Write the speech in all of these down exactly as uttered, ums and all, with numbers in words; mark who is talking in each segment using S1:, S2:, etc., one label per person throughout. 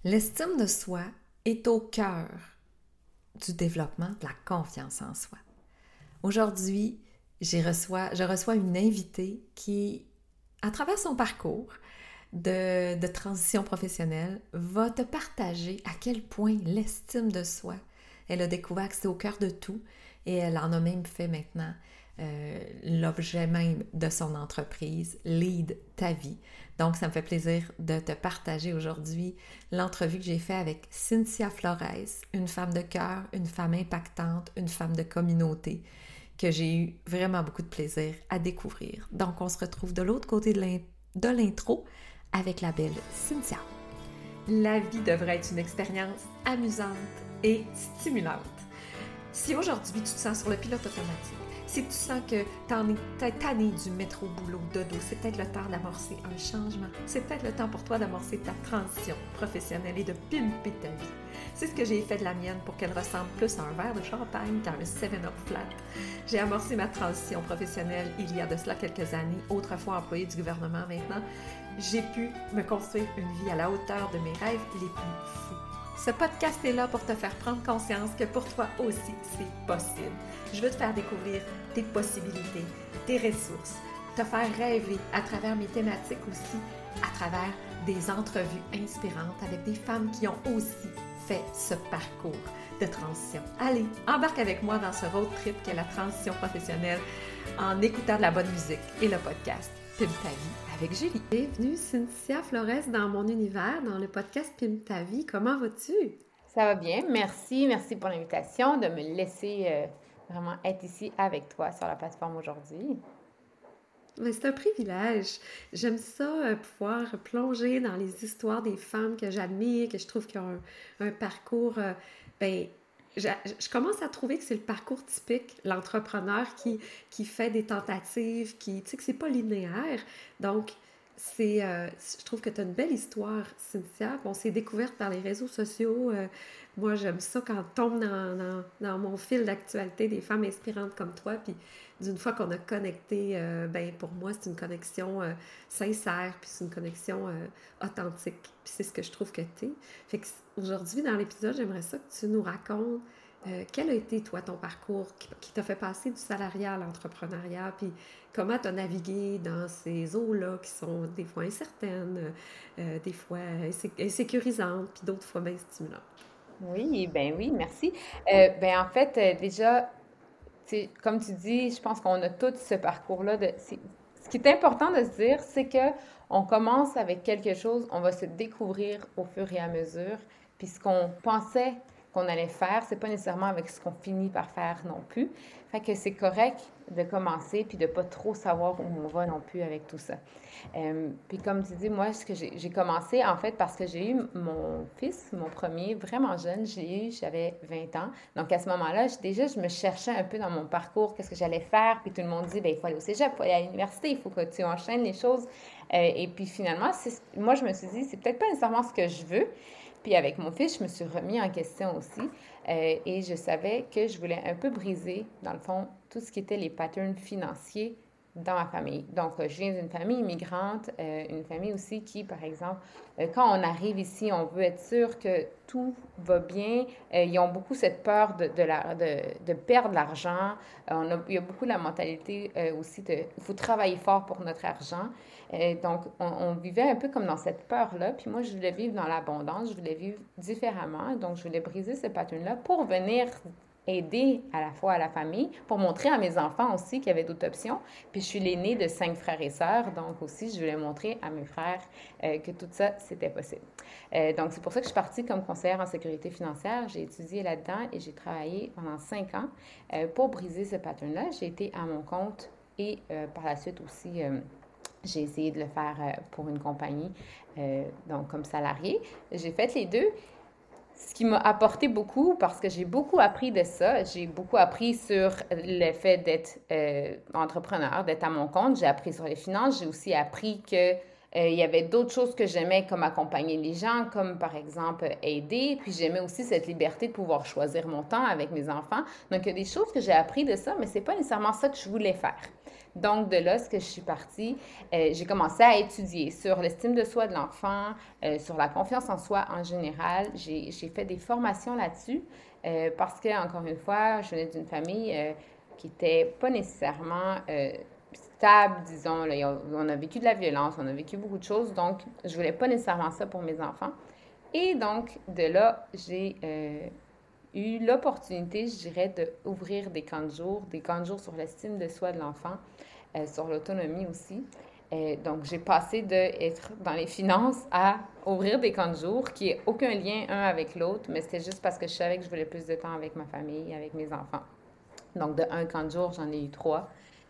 S1: L'estime de soi est au cœur du développement de la confiance en soi. Aujourd'hui, j'y reçois, je reçois une invitée qui, à travers son parcours de, de transition professionnelle, va te partager à quel point l'estime de soi, elle a découvert que c'est au cœur de tout et elle en a même fait maintenant euh, l'objet même de son entreprise, Lead ta vie. Donc, ça me fait plaisir de te partager aujourd'hui l'entrevue que j'ai faite avec Cynthia Flores, une femme de cœur, une femme impactante, une femme de communauté, que j'ai eu vraiment beaucoup de plaisir à découvrir. Donc, on se retrouve de l'autre côté de l'intro avec la belle Cynthia. La vie devrait être une expérience amusante et stimulante. Si aujourd'hui tu te sens sur le pilote automatique, si tu sens que t'en es peut-être tanné du métro boulot dodo, c'est peut-être le temps d'amorcer un changement. C'est peut-être le temps pour toi d'amorcer ta transition professionnelle et de pimper ta vie. C'est ce que j'ai fait de la mienne pour qu'elle ressemble plus à un verre de champagne qu'à un seven up flat. J'ai amorcé ma transition professionnelle il y a de cela quelques années, autrefois employée du gouvernement maintenant. J'ai pu me construire une vie à la hauteur de mes rêves les plus fous. Ce podcast est là pour te faire prendre conscience que pour toi aussi, c'est possible. Je veux te faire découvrir tes possibilités, tes ressources, te faire rêver à travers mes thématiques aussi, à travers des entrevues inspirantes avec des femmes qui ont aussi fait ce parcours de transition. Allez, embarque avec moi dans ce road trip qu'est la transition professionnelle en écoutant de la bonne musique et le podcast Pimpe ta vie avec Julie. Bienvenue Cynthia Flores dans mon univers, dans le podcast Pimpe ta vie. Comment vas-tu?
S2: Ça va bien, merci. Merci pour l'invitation de me laisser euh, vraiment être ici avec toi sur la plateforme aujourd'hui.
S1: Mais c'est un privilège. J'aime ça, euh, pouvoir plonger dans les histoires des femmes que j'admire, que je trouve qui ont un, un parcours... Euh, ben, je, je commence à trouver que c'est le parcours typique, l'entrepreneur qui, qui fait des tentatives, qui, tu sais, que c'est pas linéaire. Donc, c'est, euh, je trouve que tu as une belle histoire, Cynthia. On s'est découverte par les réseaux sociaux. Euh, moi, j'aime ça quand on tombe dans, dans, dans mon fil d'actualité des femmes inspirantes comme toi. Puis, d'une fois qu'on a connecté, euh, ben pour moi, c'est une connexion euh, sincère, puis c'est une connexion euh, authentique. Puis c'est ce que je trouve que tu es. Fait que aujourd'hui, dans l'épisode, j'aimerais ça que tu nous racontes euh, quel a été, toi, ton parcours qui, qui t'a fait passer du salariat à l'entrepreneuriat, puis comment tu as navigué dans ces eaux-là qui sont des fois incertaines, euh, des fois insécurisantes, puis d'autres fois bien stimulantes.
S2: Oui, ben oui, merci. Euh, ben en fait, euh, déjà, tu- comme tu dis, je pense qu'on a tout ce parcours-là. De, c'est- ce qui est important de se dire, c'est que on commence avec quelque chose, on va se découvrir au fur et à mesure. Puis ce qu'on pensait qu'on allait faire, c'est pas nécessairement avec ce qu'on finit par faire non plus. Fait que c'est correct de commencer puis de pas trop savoir où on va non plus avec tout ça. Euh, puis comme tu dis, moi, ce que j'ai j'ai commencé en fait parce que j'ai eu mon fils, mon premier, vraiment jeune. J'ai eu, j'avais vingt ans. Donc à ce moment-là, je- déjà, je me cherchais un peu dans mon parcours, qu'est-ce que j'allais faire. Puis tout le monde dit, ben il faut aller au cégep, il faut aller à l'université, il faut que tu enchaînes les choses. Euh, et puis finalement, c'est, moi, je me suis dit, c'est peut-être pas nécessairement ce que je veux. Puis avec mon fils, je me suis remis en question aussi. Euh, et je savais que je voulais un peu briser, dans le fond, tout ce qui était les patterns financiers dans ma famille. Donc, euh, je viens d'une famille immigrante, euh, une famille aussi qui, par exemple, euh, quand on arrive ici, on veut être sûr que tout va bien. Euh, ils ont beaucoup cette peur de, de, la, de, de perdre l'argent. Euh, on a, il y a beaucoup la mentalité euh, aussi de il faut travailler fort pour notre argent. Euh, donc, on, on vivait un peu comme dans cette peur-là. Puis moi, je voulais vivre dans l'abondance, je voulais vivre différemment. Donc, je voulais briser ce pattern-là pour venir aider à la fois à la famille, pour montrer à mes enfants aussi qu'il y avait d'autres options. Puis je suis l'aînée de cinq frères et sœurs, donc aussi je voulais montrer à mes frères euh, que tout ça, c'était possible. Euh, donc c'est pour ça que je suis partie comme conseillère en sécurité financière. J'ai étudié là-dedans et j'ai travaillé pendant cinq ans euh, pour briser ce pattern-là. J'ai été à mon compte et euh, par la suite aussi... Euh, j'ai essayé de le faire euh, pour une compagnie, euh, donc comme salarié. J'ai fait les deux. Ce qui m'a apporté beaucoup, parce que j'ai beaucoup appris de ça. J'ai beaucoup appris sur le fait d'être euh, entrepreneur, d'être à mon compte. J'ai appris sur les finances. J'ai aussi appris que Euh, il y avait d'autres choses que j'aimais, comme accompagner les gens, comme par exemple aider. Puis j'aimais aussi cette liberté de pouvoir choisir mon temps avec mes enfants. Donc, il y a des choses que j'ai appris de ça, mais c'est pas nécessairement ça que je voulais faire. Donc, de là, ce que je suis partie, euh, j'ai commencé à étudier sur l'estime de soi de l'enfant, euh, sur la confiance en soi en général. J'ai, j'ai fait des formations là-dessus euh, parce que, encore une fois, je venais d'une famille euh, qui n'était pas nécessairement euh, stable, disons. Là. On a vécu de la violence, on a vécu beaucoup de choses, donc je voulais pas nécessairement ça pour mes enfants. Et donc, de là, j'ai euh, eu l'opportunité, je dirais, d'ouvrir des camps de jour, des camps de jour sur l'estime de soi de l'enfant, euh, sur l'autonomie aussi. Euh, donc, j'ai passé d'être dans les finances à ouvrir des camps de jour qui n'ont aucun lien un avec l'autre, mais c'était juste parce que je savais que je voulais plus de temps avec ma famille, avec mes enfants. Donc, de un camp de jour, j'en ai eu trois.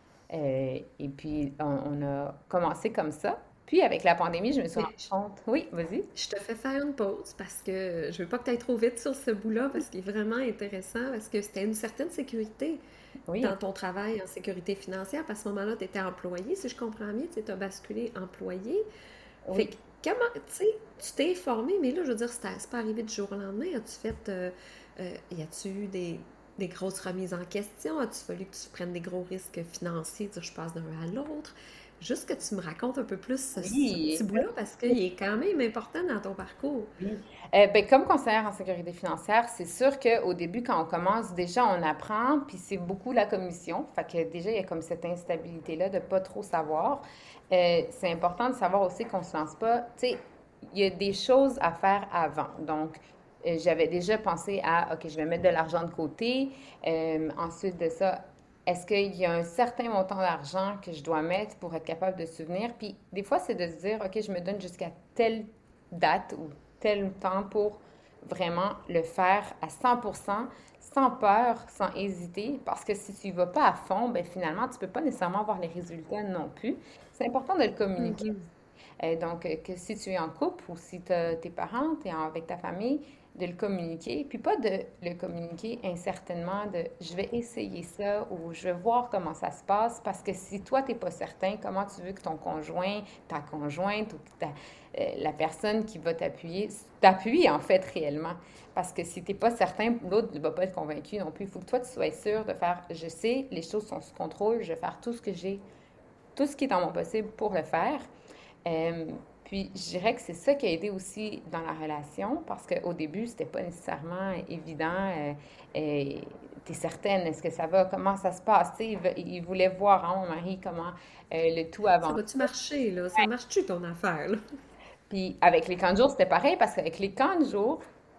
S2: Euh, et puis, on, on a commencé comme ça. Puis, avec la pandémie, je me suis
S1: Mais
S2: rendue compte. Oui, vas-y.
S1: je te fais faire une pause parce que je veux pas que tu ailles trop vite sur ce bout-là parce qu'il est vraiment intéressant parce que c'était une certaine sécurité
S2: Oui,
S1: dans ton travail en sécurité financière. Parce qu'à ce moment-là, tu étais employé, si je comprends bien, tu as basculé employé. Fait
S2: oui.
S1: que comment, tu sais, tu t'es formé, mais là, je veux dire, c'est c'est pas arrivé du jour au lendemain. As-tu fait, euh, euh, y a-tu eu des, des grosses remises en question? As-tu fallu que tu prennes des gros risques financiers, dire je passe d'un à l'autre? Juste que tu me racontes un peu plus ce, ce petit
S2: Oui.
S1: bout-là parce qu'il est quand même important dans ton parcours.
S2: Oui. Euh, ben, comme conseillère en sécurité financière, c'est sûr qu'au début, quand on commence, déjà, on apprend, puis c'est beaucoup la commission. Fait que déjà, il y a comme cette instabilité-là de pas trop savoir. Euh, c'est important de savoir aussi qu'on se lance pas. Tu sais, il y a des choses à faire avant. Donc, euh, j'avais déjà pensé à, OK, je vais mettre de l'argent de côté. Euh, ensuite de ça, est-ce qu'il y a un certain montant d'argent que je dois mettre pour être capable de souvenir? Puis, des fois, c'est de se dire, OK, je me donne jusqu'à telle date ou tel temps pour vraiment le faire à cent pour cent, sans peur, sans hésiter, parce que si tu y vas pas à fond, ben finalement, tu peux pas nécessairement avoir les résultats non plus. C'est important de le communiquer.
S1: Mhm.
S2: Euh, donc, euh, que si tu es en couple ou si tu as tes parents, tu es avec ta famille, de le communiquer, puis pas de le communiquer incertainement de je vais essayer ça ou je vais voir comment ça se passe, parce que si toi, tu n'es pas certain, comment tu veux que ton conjoint, ta conjointe ou ta, euh, la personne qui va t'appuyer, t'appuie en fait réellement. Parce que si tu n'es pas certain, l'autre ne va pas être convaincu non plus. Il faut que toi, tu sois sûr de faire, je sais, les choses sont sous contrôle, je vais faire tout ce que j'ai, tout ce qui est dans mon possible pour le faire. Euh, puis, je dirais que c'est ça qui a aidé aussi dans la relation, parce qu'au début, c'était pas nécessairement évident. Euh, euh, T'es certaine, est-ce que ça va, comment ça se passe? Tu sais, il, ve- il voulait voir, hein, mon mari, comment euh, le tout
S1: Ça
S2: avant.
S1: va-tu marcher, là? Ça marche-tu ton affaire, là?
S2: Puis, avec les camps de jour, c'était pareil, parce qu'avec les camps de jour,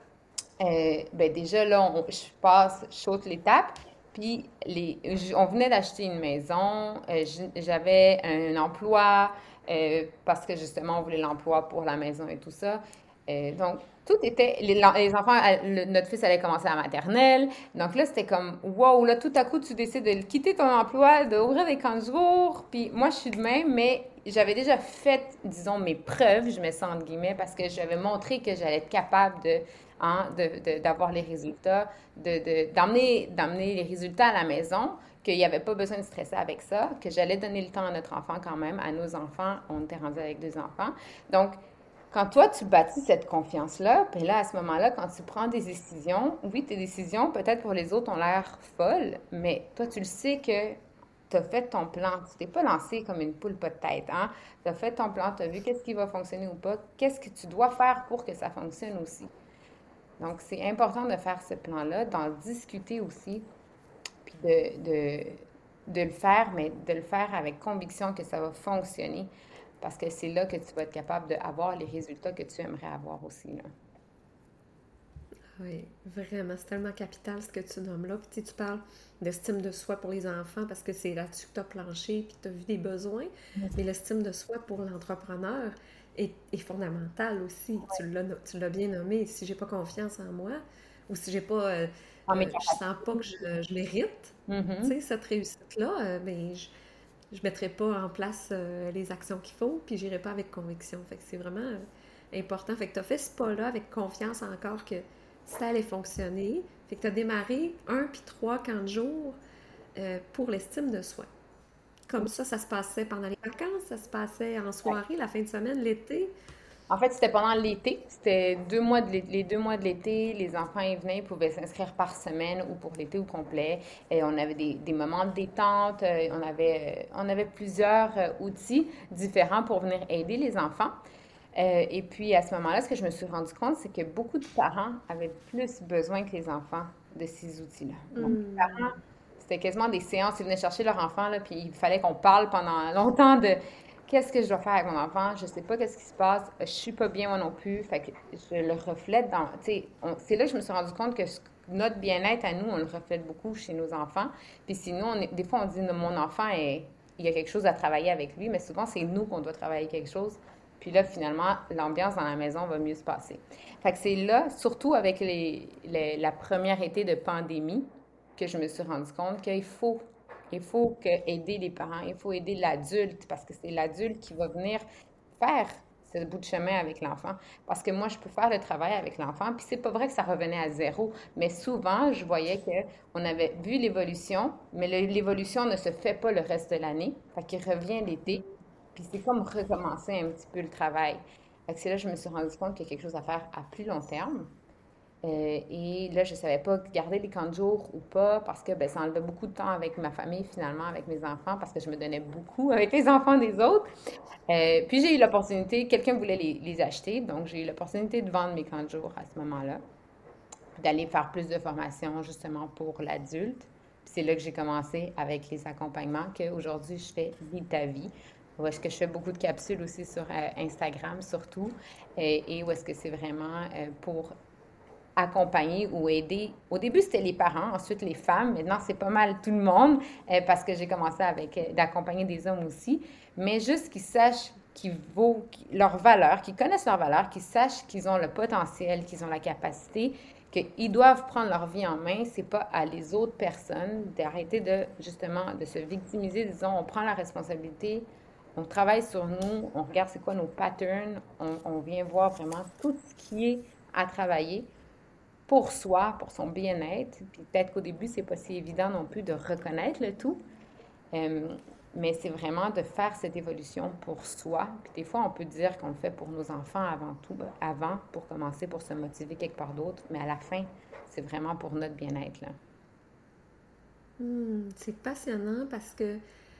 S2: euh, ben déjà, là, on- je passe, je saute l'étape. Puis, les, j- on venait d'acheter une maison, euh, j- j'avais un emploi, euh, parce que justement, on voulait l'emploi pour la maison et tout ça. Euh, donc, tout était, les, les enfants, euh, le- notre fils allait commencer à la maternelle. Donc là, c'était comme, wow, là, tout à coup, tu décides de quitter ton emploi, d'ouvrir des camps de jour. Puis moi, je suis de même, mais j'avais déjà fait, disons, mes preuves, je mets ça entre guillemets, parce que j'avais montré que j'allais être capable de hein, de, de- d'avoir les résultats, de, de- d'amener, d'amener les résultats à la maison, qu'il n'y avait pas besoin de stresser avec ça, que j'allais donner le temps à notre enfant quand même, à nos enfants. On était rendu avec deux enfants. Donc, quand toi, tu bâtis cette confiance-là, puis là, à ce moment-là, quand tu prends des décisions, oui, tes décisions, peut-être pour les autres, ont l'air folles, mais toi, tu le sais que tu as fait ton plan. Tu t'es pas lancé comme une poule pas de tête, hein? Tu as fait ton plan, tu as vu qu'est-ce qui va fonctionner ou pas, qu'est-ce que tu dois faire pour que ça fonctionne aussi. Donc, c'est important de faire ce plan-là, d'en discuter aussi, puis de, de, de le faire, mais de le faire avec conviction que ça va fonctionner, parce que c'est là que tu vas être capable d'avoir les résultats que tu aimerais avoir aussi, là.
S1: Oui, vraiment, c'est tellement capital ce que tu nommes là. Puis tu sais, tu parles d'estime de soi pour les enfants parce que c'est là-dessus que tu as planché puis tu as vu des besoins. Mais l'estime de soi pour l'entrepreneur est, est fondamentale aussi. Tu l'as, no- tu l'as bien nommé. Si j'ai pas confiance en moi ou si j'ai pas, euh,
S2: En mes
S1: euh, je sens pas que
S2: capacités.
S1: je, je mérite, tu
S2: Mhm.
S1: sais, cette réussite-là, euh, ben, je, je mettrai pas en place euh, les actions qu'il faut puis j'irai pas avec conviction. Fait que c'est vraiment euh, important. Fait que tu as fait ce pas-là avec confiance encore que ça allait fonctionner. Fait que tu as démarré un puis trois camps de jour euh, pour l'estime de soi. comme ça, ça se passait pendant les vacances, ça se passait en soirée, la fin de semaine, l'été.
S2: En fait, c'était pendant l'été. C'était deux mois de l'é- les deux mois de l'été. Les enfants, ils venaient, ils pouvaient s'inscrire par semaine ou pour l'été au complet. Et on avait des, des moments de détente. euh, On avait, euh, on avait plusieurs euh, outils différents pour venir aider les enfants. Euh, et puis, à ce moment-là, ce que je me suis rendu compte, c'est que beaucoup de parents avaient plus besoin que les enfants de ces outils-là. Donc, les
S1: Hmm.
S2: parents, c'était quasiment des séances. Ils venaient chercher leur enfant, là, puis il fallait qu'on parle pendant longtemps de qu'est-ce que je dois faire avec mon enfant. Je sais pas qu'est-ce qui se passe. Je suis pas bien moi non plus. Fait que je le reflète dans. Tu sais, on- c'est là que je me suis rendu compte que ce- notre bien-être à nous, on le reflète beaucoup chez nos enfants. Puis sinon, on est- des fois, on dit mon enfant est, il y a quelque chose à travailler avec lui, mais souvent, c'est nous qu'on doit travailler quelque chose. Puis là, finalement, l'ambiance dans la maison va mieux se passer. Fait que c'est là, surtout avec les, les- la première été de pandémie, que je me suis rendu compte qu'il faut, il faut que aider les parents, il faut aider l'adulte, parce que c'est l'adulte qui va venir faire ce bout de chemin avec l'enfant. Parce que moi, je peux faire le travail avec l'enfant, puis c'est pas vrai que ça revenait à zéro, mais souvent, je voyais que on avait vu l'évolution, mais le- l'évolution ne se fait pas le reste de l'année. Fait qu'il revient l'été, puis c'est comme recommencer un petit peu le travail. Fait que c'est là que je me suis rendu compte qu'il y a quelque chose à faire à plus long terme. Euh, et là, je ne savais pas garder les camps de jour ou pas parce que ben, ça enlevait beaucoup de temps avec ma famille, finalement, avec mes enfants, parce que je me donnais beaucoup avec les enfants des autres. Euh, puis j'ai eu l'opportunité, quelqu'un voulait les, les acheter, donc j'ai eu l'opportunité de vendre mes camps de jour à ce moment-là, puis d'aller faire plus de formation justement pour l'adulte. Puis c'est là que j'ai commencé avec les accompagnements qu'aujourd'hui je fais Vie ta vie. Où est-ce que je fais beaucoup de capsules aussi sur euh, Instagram surtout, et, et où est-ce que c'est vraiment euh, pour accompagner ou aider. Au début, c'était les parents, ensuite les femmes. Maintenant, c'est pas mal tout le monde euh, parce que j'ai commencé avec euh, d'accompagner des hommes aussi. Mais juste qu'ils sachent qu'ils vaut leur valeur, qu'ils connaissent leur valeur, qu'ils sachent qu'ils ont le potentiel, qu'ils ont la capacité, qu'ils doivent prendre leur vie en main. C'est pas à les autres personnes d'arrêter de justement de se victimiser, disons, on prend la responsabilité. On travaille sur nous, on regarde c'est quoi nos patterns, on, on vient voir vraiment tout ce qui est à travailler pour soi, pour son bien-être. Puis peut-être qu'au début, c'est pas si évident non plus de reconnaître le tout. Euh, mais c'est vraiment de faire cette évolution pour soi. Puis des fois, on peut dire qu'on le fait pour nos enfants avant tout, avant, pour commencer, pour se motiver quelque part d'autre. Mais à la fin, c'est vraiment pour notre bien-être, là.
S1: Hmm, c'est passionnant parce que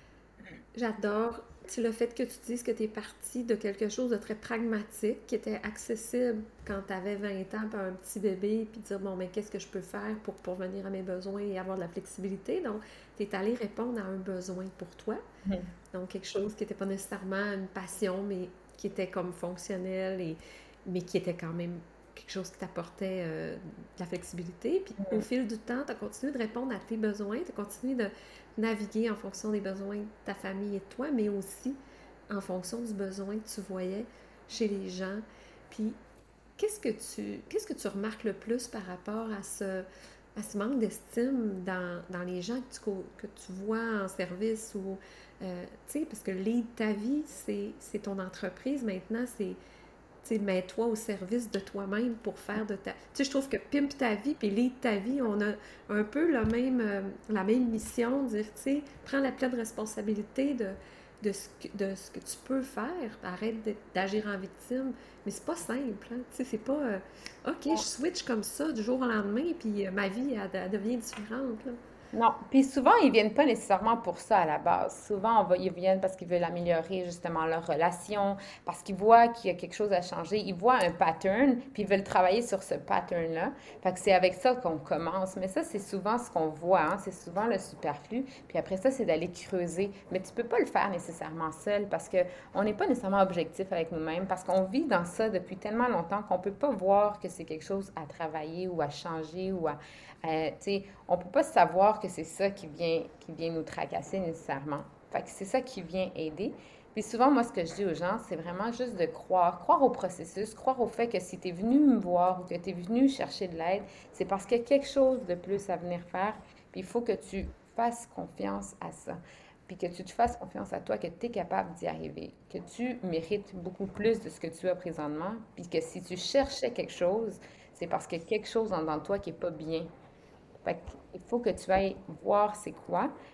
S1: j'adore tu sais, le fait que tu dises que tu es parti de quelque chose de très pragmatique, qui était accessible quand tu avais vingt ans, puis un petit bébé, puis dire, bon, mais qu'est-ce que je peux faire pour pourvenir à mes besoins et avoir de la flexibilité. Donc, tu es allé répondre à un besoin pour toi.
S2: Mhm.
S1: Donc, quelque chose qui n'était pas nécessairement une passion, mais qui était comme fonctionnel, et, mais qui était quand même quelque chose qui t'apportait euh, de la flexibilité. Puis au fil du temps, tu as continué de répondre à tes besoins, tu as continué de naviguer en fonction des besoins de ta famille et de toi, mais aussi en fonction du besoin que tu voyais chez les gens. Puis qu'est-ce que tu qu'est-ce que tu remarques le plus par rapport à ce, à ce manque d'estime dans, dans les gens que tu, que tu vois en service ou euh, tu sais, parce que lead ta vie, c'est, c'est ton entreprise maintenant, c'est tu sais, mets-toi au service de toi-même pour faire de ta... Tu sais, je trouve que pimpe ta vie puis lead ta vie, on a un peu le même, euh, la même mission, dire, tu sais, prends la pleine responsabilité de, de, ce que, de ce que tu peux faire, arrête d'agir en victime, mais c'est pas simple, hein? Tu sais, c'est pas, euh, OK, je switch comme ça du jour au lendemain, puis euh, ma vie, elle, elle devient différente, là.
S2: Non, puis souvent, ils viennent pas nécessairement pour ça à la base. Souvent, on va, ils viennent parce qu'ils veulent améliorer justement leur relation, parce qu'ils voient qu'il y a quelque chose à changer. Ils voient un pattern, puis ils veulent travailler sur ce pattern-là. Fait que c'est avec ça qu'on commence. Mais ça, c'est souvent ce qu'on voit, hein. C'est souvent le superflu. Puis après ça, c'est d'aller creuser. Mais tu peux pas le faire nécessairement seul parce que on n'est pas nécessairement objectif avec nous-mêmes, parce qu'on vit dans ça depuis tellement longtemps qu'on peut pas voir que c'est quelque chose à travailler ou à changer ou à, euh, tu sais, on peut pas savoir que c'est ça qui vient, qui vient nous tracasser nécessairement. Fait que c'est ça qui vient aider. Puis souvent, moi, ce que je dis aux gens, c'est vraiment juste de croire, croire au processus, croire au fait que si tu es venu me voir ou que tu es venu chercher de l'aide, c'est parce qu'il y a quelque chose de plus à venir faire. Puis il faut que tu fasses confiance à ça. Puis que tu te fasses confiance à toi, que tu es capable d'y arriver, que tu mérites beaucoup plus de ce que tu as présentement, puis que si tu cherchais quelque chose, c'est parce qu'il y a quelque chose en dans toi qui n'est pas bien. Fait qu'il faut que tu ailles voir c'est quoi.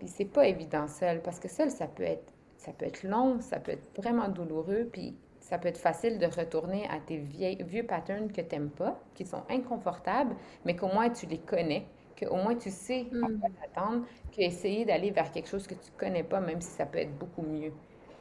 S2: Puis c'est pas évident seul, parce que seul, ça peut être, ça peut être long, ça peut être vraiment douloureux, puis ça peut être facile de retourner à tes vieilles, vieux patterns que t'aimes pas, qui sont inconfortables, mais qu'au moins tu les connais, qu'au moins tu sais à quoi
S1: Hmm.
S2: t'attendre, qu'essayer d'aller vers quelque chose que tu connais pas, même si ça peut être beaucoup mieux.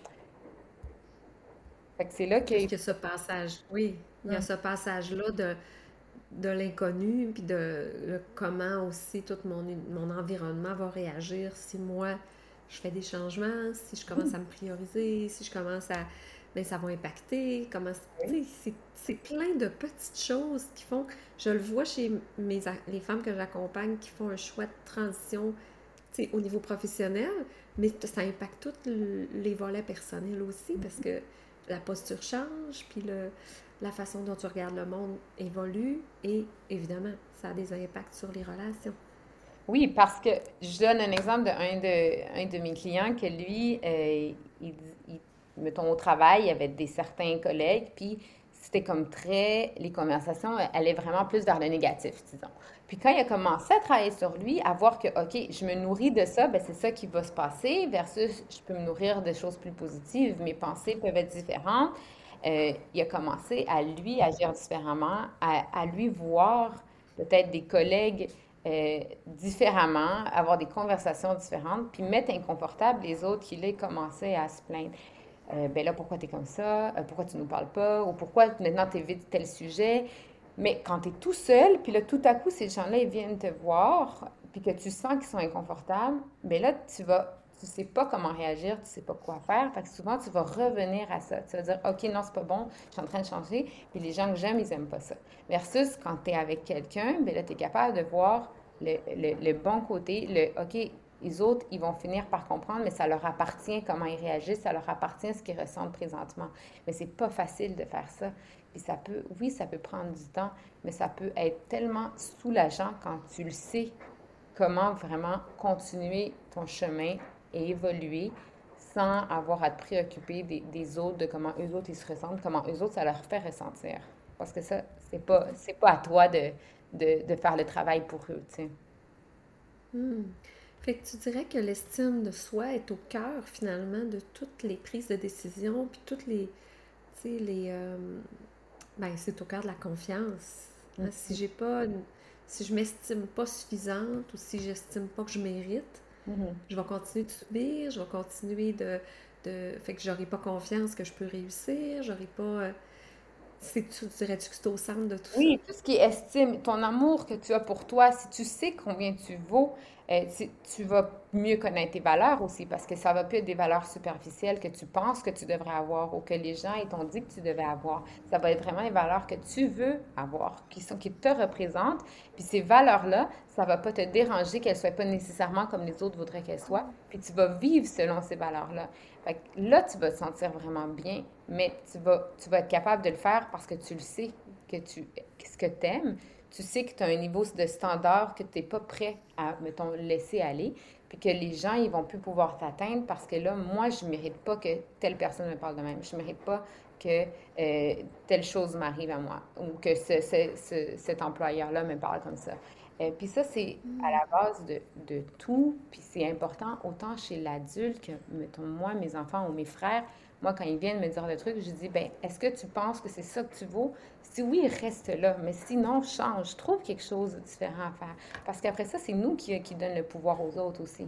S2: Fait que c'est là
S1: Parce
S2: qu'il
S1: que ce passage, oui, il y a
S2: faut...
S1: ce passage-là de, de l'inconnu, puis de le- comment aussi tout mon, mon environnement va réagir si moi, je fais des changements, si je commence
S2: Mhm.
S1: à me prioriser, si je commence à... Ben, ça va impacter, comment...
S2: Oui.
S1: Tu sais, c'est c'est plein de petites choses qui font... Je le vois chez mes, a- les femmes que j'accompagne qui font un choix de transition, tu sais, au niveau professionnel, mais ça impacte tous les volets personnels aussi, parce que la posture change, puis le, la façon dont tu regardes le monde évolue et évidemment, ça a des impacts sur les relations.
S2: Oui, parce que je donne un exemple d'un de, un de mes clients que lui, euh, il, il- mettons au travail, il y avait des certains collègues, puis c'était comme très, les conversations allaient vraiment plus vers le négatif, disons. Puis quand il a commencé à travailler sur lui, à voir que, OK, je me nourris de ça, ben c'est ça qui va se passer, versus je peux me nourrir de choses plus positives, mes pensées peuvent être différentes. Euh, il a commencé à lui agir différemment, à, à lui voir peut-être des collègues euh, différemment, avoir des conversations différentes, puis mettre inconfortable les autres qui, là, commençaient à se plaindre. Euh, ben là, pourquoi tu es comme ça? Euh, pourquoi tu nous parles pas? Ou pourquoi maintenant tu évites tel sujet? Mais quand tu es tout seul, puis là, tout à coup, ces gens-là, ils viennent te voir, puis que tu sens qu'ils sont inconfortables, ben là, tu vas, tu sais pas comment réagir, tu sais pas quoi faire. Fait que souvent, tu vas revenir à ça. Tu vas dire, OK, non, c'est pas bon, je suis en train de changer, puis les gens que j'aime, ils aiment pas ça. Versus quand tu es avec quelqu'un, ben là, tu es capable de voir le, le, le bon côté, le OK, les autres, ils vont finir par comprendre, mais ça leur appartient comment ils réagissent, ça leur appartient ce qu'ils ressentent présentement. Mais c'est pas facile de faire ça. Puis ça peut, oui, ça peut prendre du temps, mais ça peut être tellement soulageant quand tu le sais comment vraiment continuer ton chemin et évoluer sans avoir à te préoccuper des, des autres, de comment eux autres ils se ressentent, comment eux autres ça leur fait ressentir. Parce que ça, c'est pas, c'est pas à toi de, de, de faire le travail pour eux, tu sais.
S1: Hmm. Fait que tu dirais que l'estime de soi est au cœur finalement de toutes les prises de décision, puis toutes les, tu sais, les, euh, ben c'est au cœur de la confiance. Hein. Si j'ai pas, une- si je m'estime pas suffisante ou si j'estime pas que je mérite,
S2: Mhm.
S1: je vais continuer de subir, je vais continuer de, de... Fait que j'aurai pas confiance que je peux réussir, j'aurai pas... euh, C'est, tu dirais-tu que c'est au centre de tout ça?
S2: Oui, tout ce qui est estime, ton amour que tu as pour toi, si tu sais combien tu vaux, euh, tu, tu vas mieux connaître tes valeurs aussi, parce que ça va plus être des valeurs superficielles que tu penses que tu devrais avoir ou que les gens ils t'ont dit que tu devais avoir. Ça va être vraiment les valeurs que tu veux avoir, qui sont, qui te représentent. Puis ces valeurs-là, ça va pas te déranger qu'elles soient pas nécessairement comme les autres voudraient qu'elles soient. Puis tu vas vivre selon ces valeurs-là. Fait que là, tu vas te sentir vraiment bien, mais tu vas, tu vas être capable de le faire parce que tu le sais que tu, ce que tu aimes, tu sais que tu as un niveau de standard que tu n'es pas prêt à, mettons, laisser aller, puis que les gens, ils vont plus pouvoir t'atteindre parce que là, moi, je ne mérite pas que telle personne me parle de même. Je ne mérite pas que euh, telle chose m'arrive à moi ou que ce, ce- ce- cet employeur-là me parle comme ça. Euh, puis ça, c'est à la base de, de tout, puis c'est important autant chez l'adulte que, mettons, moi, mes enfants ou mes frères. Moi, quand ils viennent me dire le truc, je dis, ben, est-ce que tu penses que c'est ça que tu vaux? Si oui, reste là, mais sinon, change, trouve quelque chose de différent à faire. Parce qu'après ça, c'est nous qui, qui donne le pouvoir aux autres aussi.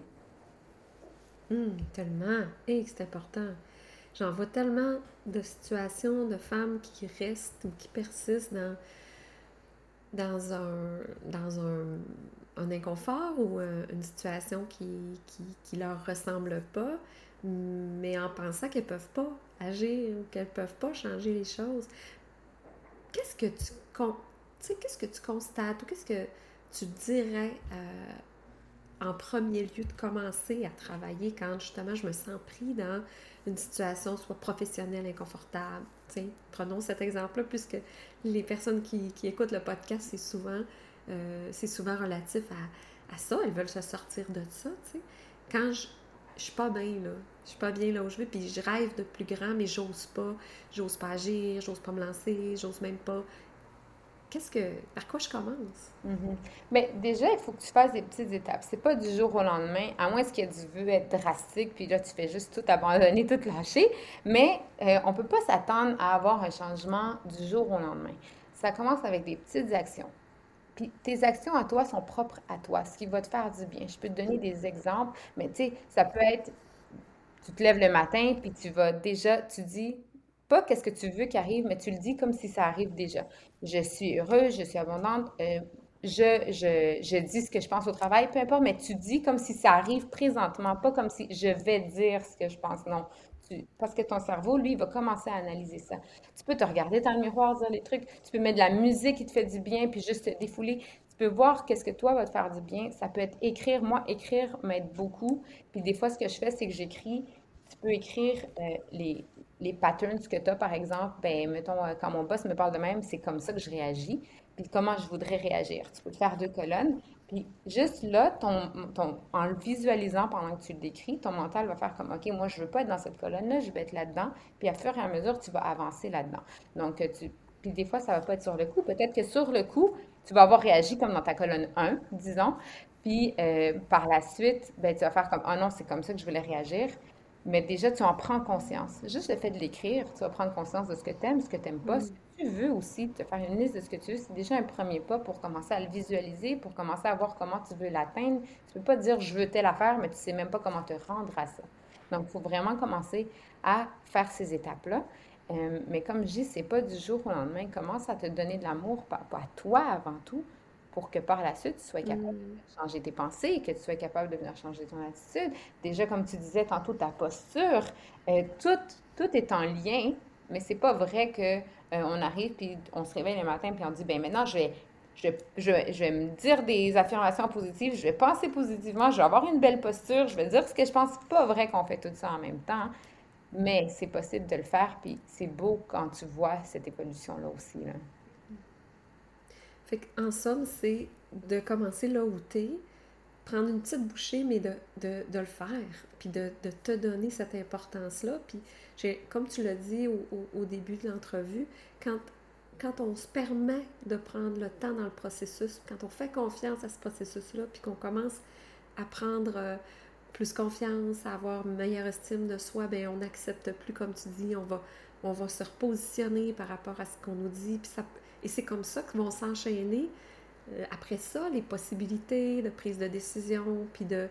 S1: Hum, tellement. Et c'est important. J'en vois tellement de situations de femmes qui restent ou qui persistent dans, dans un, dans un, un inconfort ou euh, une situation qui, qui, qui leur ressemble pas, mais en pensant qu'elles peuvent pas agir ou qu'elles peuvent pas changer les choses. Qu'est-ce que tu, con- tu sais, qu'est-ce que tu constates ou qu'est-ce que tu dirais euh, en premier lieu de commencer à travailler quand justement je me sens pris dans une situation soit professionnelle inconfortable. T'sais, prenons cet exemple-là, puisque les personnes qui, qui écoutent le podcast, c'est souvent, euh, c'est souvent relatif à, à ça. Elles veulent se sortir de ça. T'sais. Quand je, je suis pas bien là, je suis pas bien là où je vais, puis je rêve de plus grand, mais j'ose pas, j'ose pas agir, j'ose pas me lancer, j'ose même pas. qu'est-ce que, par quoi je commence?
S2: Mhm. Mais déjà, il faut que tu fasses des petites étapes. C'est pas du jour au lendemain, à moins que tu veux être drastique, puis là, tu fais juste tout abandonner, tout lâcher. Mais euh, on peut pas s'attendre à avoir un changement du jour au lendemain. Ça commence avec des petites actions. Puis tes actions à toi sont propres à toi, ce qui va te faire du bien. Je peux te donner des exemples, mais tu sais, ça peut être, tu te lèves le matin, puis tu vas déjà, tu dis, pas qu'est-ce que tu veux qui arrive, mais tu le dis comme si ça arrive déjà. Je suis heureuse, je suis abondante, euh, je, je, je dis ce que je pense au travail, peu importe, mais tu dis comme si ça arrive présentement, pas comme si je vais dire ce que je pense. Non. Tu- parce que ton cerveau, lui, il va commencer à analyser ça. Tu peux te regarder dans le miroir, dire les trucs, tu peux mettre de la musique qui te fait du bien, puis juste te défouler. Tu peux voir qu'est-ce que toi va te faire du bien. Ça peut être écrire. Moi, écrire m'aide beaucoup. Puis des fois, ce que je fais, c'est que j'écris. Tu peux écrire euh, les, les patterns que tu as, par exemple. Ben, mettons, euh, quand mon boss me parle de même, c'est comme ça que je réagis. Puis comment je voudrais réagir. Tu peux te faire deux colonnes. Puis juste là, ton, ton, en le visualisant pendant que tu le décris, ton mental va faire comme, OK, moi, je veux pas être dans cette colonne-là, je vais être là-dedans. Puis à fur et à mesure, tu vas avancer là-dedans. Donc, euh, tu, puis des fois, ça va pas être sur le coup. Peut-être que sur le coup, tu vas avoir réagi comme dans ta colonne un, disons. Puis euh, par la suite, ben, tu vas faire comme, ah non, c'est comme ça que je voulais réagir. Mais déjà, tu en prends conscience. Juste le fait de l'écrire, tu vas prendre conscience de ce que tu aimes, ce que tu n'aimes pas, ce que
S1: Mm.
S2: tu veux aussi, te faire une liste de ce que tu veux. C'est déjà un premier pas pour commencer à le visualiser, pour commencer à voir comment tu veux l'atteindre. Tu ne peux pas dire je veux telle affaire, mais tu ne sais même pas comment te rendre à ça. Donc, il faut vraiment commencer à faire ces étapes-là. Euh, mais comme je dis, c'est pas du jour au lendemain. Commence à te donner de l'amour par rapport à toi avant tout, pour que par la suite, tu sois capable
S1: Mm.
S2: de changer tes pensées, que tu sois capable de venir changer ton attitude. Déjà, comme tu disais tantôt, ta posture, euh, tout, tout est en lien, mais c'est pas vrai que euh, on arrive puis on se réveille le matin puis on dit, ben maintenant, je vais, je, je, je vais me dire des affirmations positives, je vais penser positivement, je vais avoir une belle posture, je vais dire ce que je pense. C'est pas vrai qu'on fait tout ça en même temps, mais c'est possible de le faire, puis c'est beau quand tu vois cette évolution-là aussi, là.
S1: Fait qu'en somme, c'est de commencer là où t'es, prendre une petite bouchée, mais de, de, de le faire, puis de, de te donner cette importance-là. Puis, j'ai, comme tu l'as dit au, au, au début de l'entrevue, quand, quand on se permet de prendre le temps dans le processus, quand on fait confiance à ce processus-là, puis qu'on commence à prendre euh, plus confiance, à avoir une meilleure estime de soi, bien, on n'accepte plus, comme tu dis, on va, on va se repositionner par rapport à ce qu'on nous dit, puis ça, et c'est comme ça que vont s'enchaîner euh, après ça, les possibilités de prise de décision, puis de,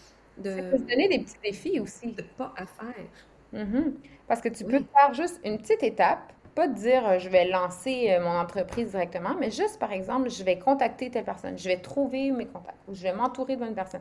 S2: Ça
S1: de,
S2: peut se donner des petits défis aussi.
S1: de pas à faire.
S2: Mhm. Parce que tu peux
S1: Oui.
S2: faire juste une petite étape, pas te dire euh, je vais lancer euh, mon entreprise directement, mais juste par exemple, je vais contacter telle personne, je vais trouver mes contacts, ou je vais m'entourer de bonnes personnes.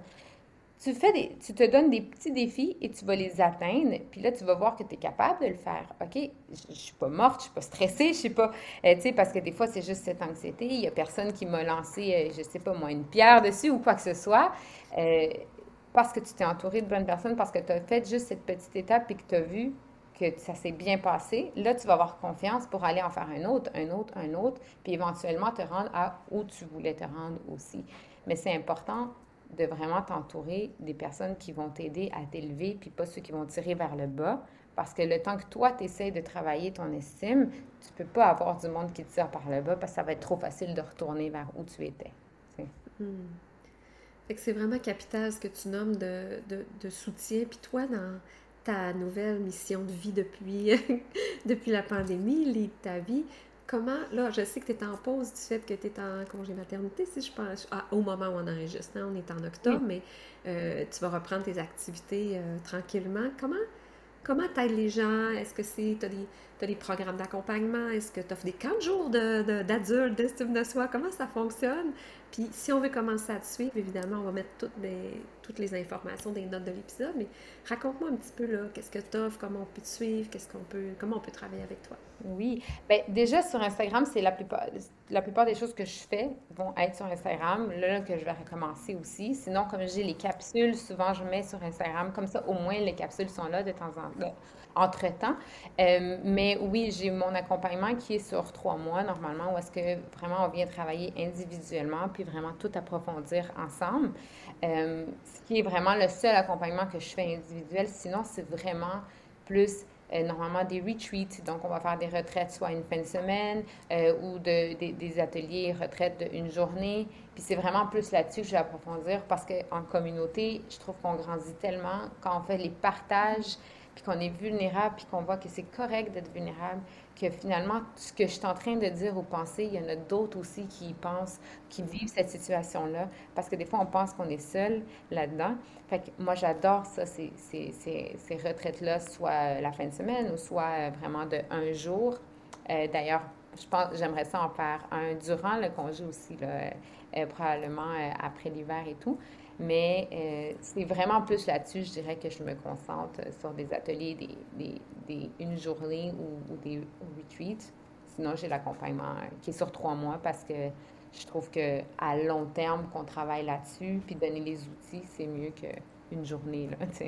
S2: Tu fais des, tu te donnes des petits défis et tu vas les atteindre, puis là tu vas voir que tu es capable de le faire. OK, je, je suis pas morte, je suis pas stressée, je suis pas, euh, tu sais, parce que des fois c'est juste cette anxiété, il y a personne qui m'a lancé, euh, je sais pas moi, une pierre dessus ou quoi que ce soit. Euh, parce que tu t'es entouré de bonnes personnes, parce que tu as fait juste cette petite étape et que tu as vu que ça s'est bien passé, là, tu vas avoir confiance pour aller en faire un autre, un autre, un autre, puis éventuellement te rendre à où tu voulais te rendre aussi. Mais c'est important de vraiment t'entourer des personnes qui vont t'aider à t'élever, puis pas ceux qui vont tirer vers le bas, parce que le temps que toi, tu essaies de travailler ton estime, tu peux pas avoir du monde qui te tire par le bas, parce que ça va être trop facile de retourner vers où tu étais. Tu sais.
S1: Hmm. Fait que c'est vraiment capital ce que tu nommes de, de, de soutien. Puis toi, dans ta nouvelle mission de vie depuis, depuis la pandémie, les- ta vie, comment, là, je sais que tu es en pause du fait que tu es en congé maternité, si je pense, ah, au moment où on enregistre, hein, on est en octobre,
S2: Oui.
S1: mais euh, tu vas reprendre tes activités euh, tranquillement. Comment, comment t'aides les gens? Est-ce que c'est, t'as des, t'as des programmes d'accompagnement? Est-ce que tu offres des camps de jour de, de- d'adultes, d'estime de soi? Comment ça fonctionne? Puis si on veut commencer à te suivre, évidemment, on va mettre toutes les, toutes les informations des notes de l'épisode, mais raconte-moi un petit peu là, qu'est-ce que tu offres, comment on peut te suivre, qu'est-ce qu'on peut, comment on peut travailler avec toi.
S2: Oui. Ben, déjà, sur Instagram, c'est la plupart, la plupart des choses que je fais vont être sur Instagram. Là, là, que je vais recommencer aussi. Sinon, comme j'ai les capsules, souvent, je mets sur Instagram. Comme ça, au moins, les capsules sont là de temps en temps, entre-temps. Euh, mais oui, j'ai mon accompagnement qui est sur trois mois, normalement, où est-ce que vraiment on vient travailler individuellement, puis vraiment tout approfondir ensemble. Euh, ce qui est vraiment le seul accompagnement que je fais individuel. Sinon, c'est vraiment plus euh, normalement des retreats. Donc, on va faire des retraites soit une fin de semaine euh, ou de, des, des ateliers retraites d'une journée. Puis c'est vraiment plus là-dessus que je vais approfondir parce qu'en communauté, je trouve qu'on grandit tellement quand on fait les partages, puis qu'on est vulnérable, puis qu'on voit que c'est correct d'être vulnérable, que finalement, ce que je suis en train de dire ou penser, il y en a d'autres aussi qui y pensent, qui vivent cette situation-là, parce que des fois, on pense qu'on est seul là-dedans. Fait que moi, j'adore ça, ces, ces, ces, ces retraites-là, soit la fin de semaine ou soit vraiment de un jour. Euh, d'ailleurs, je pense, j'aimerais ça en faire un durant le congé aussi, là, euh, probablement euh, après l'hiver et tout. Mais euh, c'est vraiment plus là-dessus, je dirais que je me concentre euh, sur des ateliers, des, des, des- une journée ou, ou des retreats. Sinon, j'ai l'accompagnement euh, qui est sur trois mois parce que je trouve que à long terme, qu'on travaille là-dessus, puis donner les outils, c'est mieux qu'une journée, là, tu sais.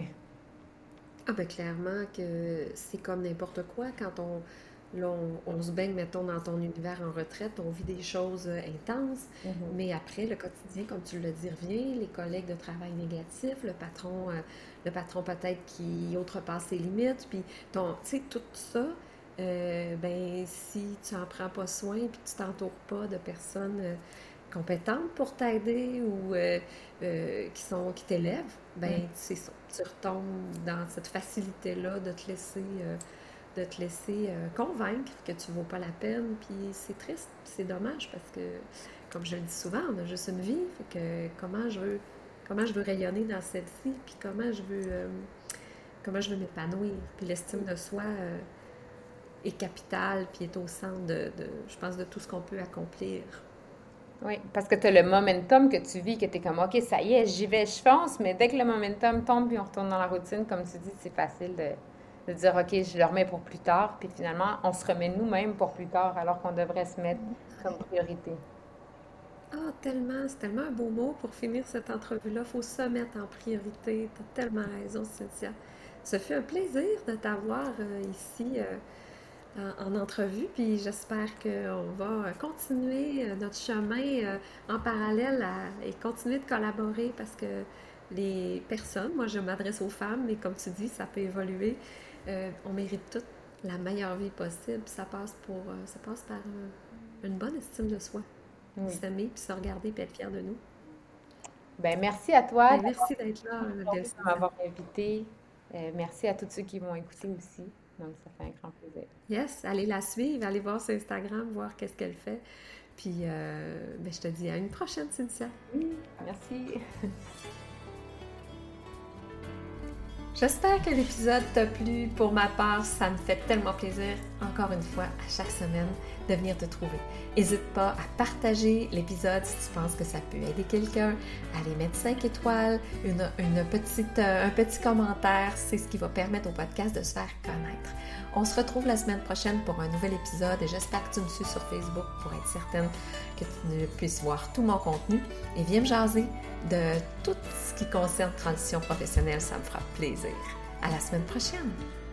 S3: Ah ben clairement que c'est comme n'importe quoi quand on, là, on, on se baigne, mettons, dans ton univers en retraite, on vit des choses euh, intenses,
S2: Mhm.
S3: mais après, le quotidien, comme tu l'as dit, revient, les collègues de travail négatifs, le patron, euh, le patron peut-être qui outrepasse ses limites, puis ton, tu sais, tout ça, euh, ben si tu en prends pas soin, puis tu t'entoures pas de personnes euh, compétentes pour t'aider ou euh, euh, qui sont qui t'élèvent,
S2: Mhm.
S3: ben c'est ça. Tu retombes dans cette facilité-là de te laisser euh, de te laisser euh, convaincre que tu ne vaux pas la peine. Puis c'est triste, c'est dommage parce que, comme je le dis souvent, on a juste une vie. Fait que comment je veux, comment je veux rayonner dans celle-ci, puis comment je veux, euh, comment je veux m'épanouir. Puis l'estime de soi euh, est capitale, puis est au centre de, de, je pense, de tout ce qu'on peut accomplir.
S2: Oui, parce que tu as le momentum que tu vis, que tu es comme, OK, ça y est, j'y vais, je fonce, mais dès que le momentum tombe puis on retourne dans la routine, comme tu dis, c'est facile de, de dire, OK, je le remets pour plus tard, puis finalement, on se remet nous-mêmes pour plus tard, alors qu'on devrait se mettre comme priorité.
S3: Ah, tellement, c'est tellement un beau mot pour finir cette entrevue-là. Il faut se mettre en priorité. Tu as tellement raison, Cynthia. Ce fut un plaisir de t'avoir euh, ici euh, en, en entrevue, puis j'espère qu'on va continuer euh, notre chemin euh, en parallèle à- et continuer de collaborer parce que les personnes, moi je m'adresse aux femmes, mais comme tu dis, ça peut évoluer. Euh, on mérite toutes la meilleure vie possible. Ça passe pour, euh, ça passe par euh, une bonne estime de soi,
S2: Oui.
S3: s'aimer, puis se regarder, puis être fier de nous.
S2: Ben, merci à toi
S3: Ben, merci d'être là, euh, belle
S2: de
S3: Cynthia.
S2: m'avoir invité. Euh, merci à tous ceux qui m'ont écouté aussi. Donc, ça fait un grand plaisir.
S3: Yes, allez la suivre, allez voir sur Instagram, voir qu'est-ce qu'elle fait. Puis, euh, ben, je te dis à une prochaine, Cynthia.
S2: Oui, merci.
S1: J'espère que l'épisode t'a plu. Pour ma part, ça me fait tellement plaisir, encore une fois, à chaque semaine, de venir te trouver. N'hésite pas à partager l'épisode si tu penses que ça peut aider quelqu'un, à aller mettre cinq étoiles, une, une petite, euh, un petit commentaire. C'est ce qui va permettre au podcast de se faire connaître. On se retrouve la semaine prochaine pour un nouvel épisode et j'espère que tu me suis sur Facebook pour être certaine que tu puisses voir tout mon contenu et viens me jaser de tout ce qui concerne transition professionnelle, ça me fera plaisir. À la semaine prochaine!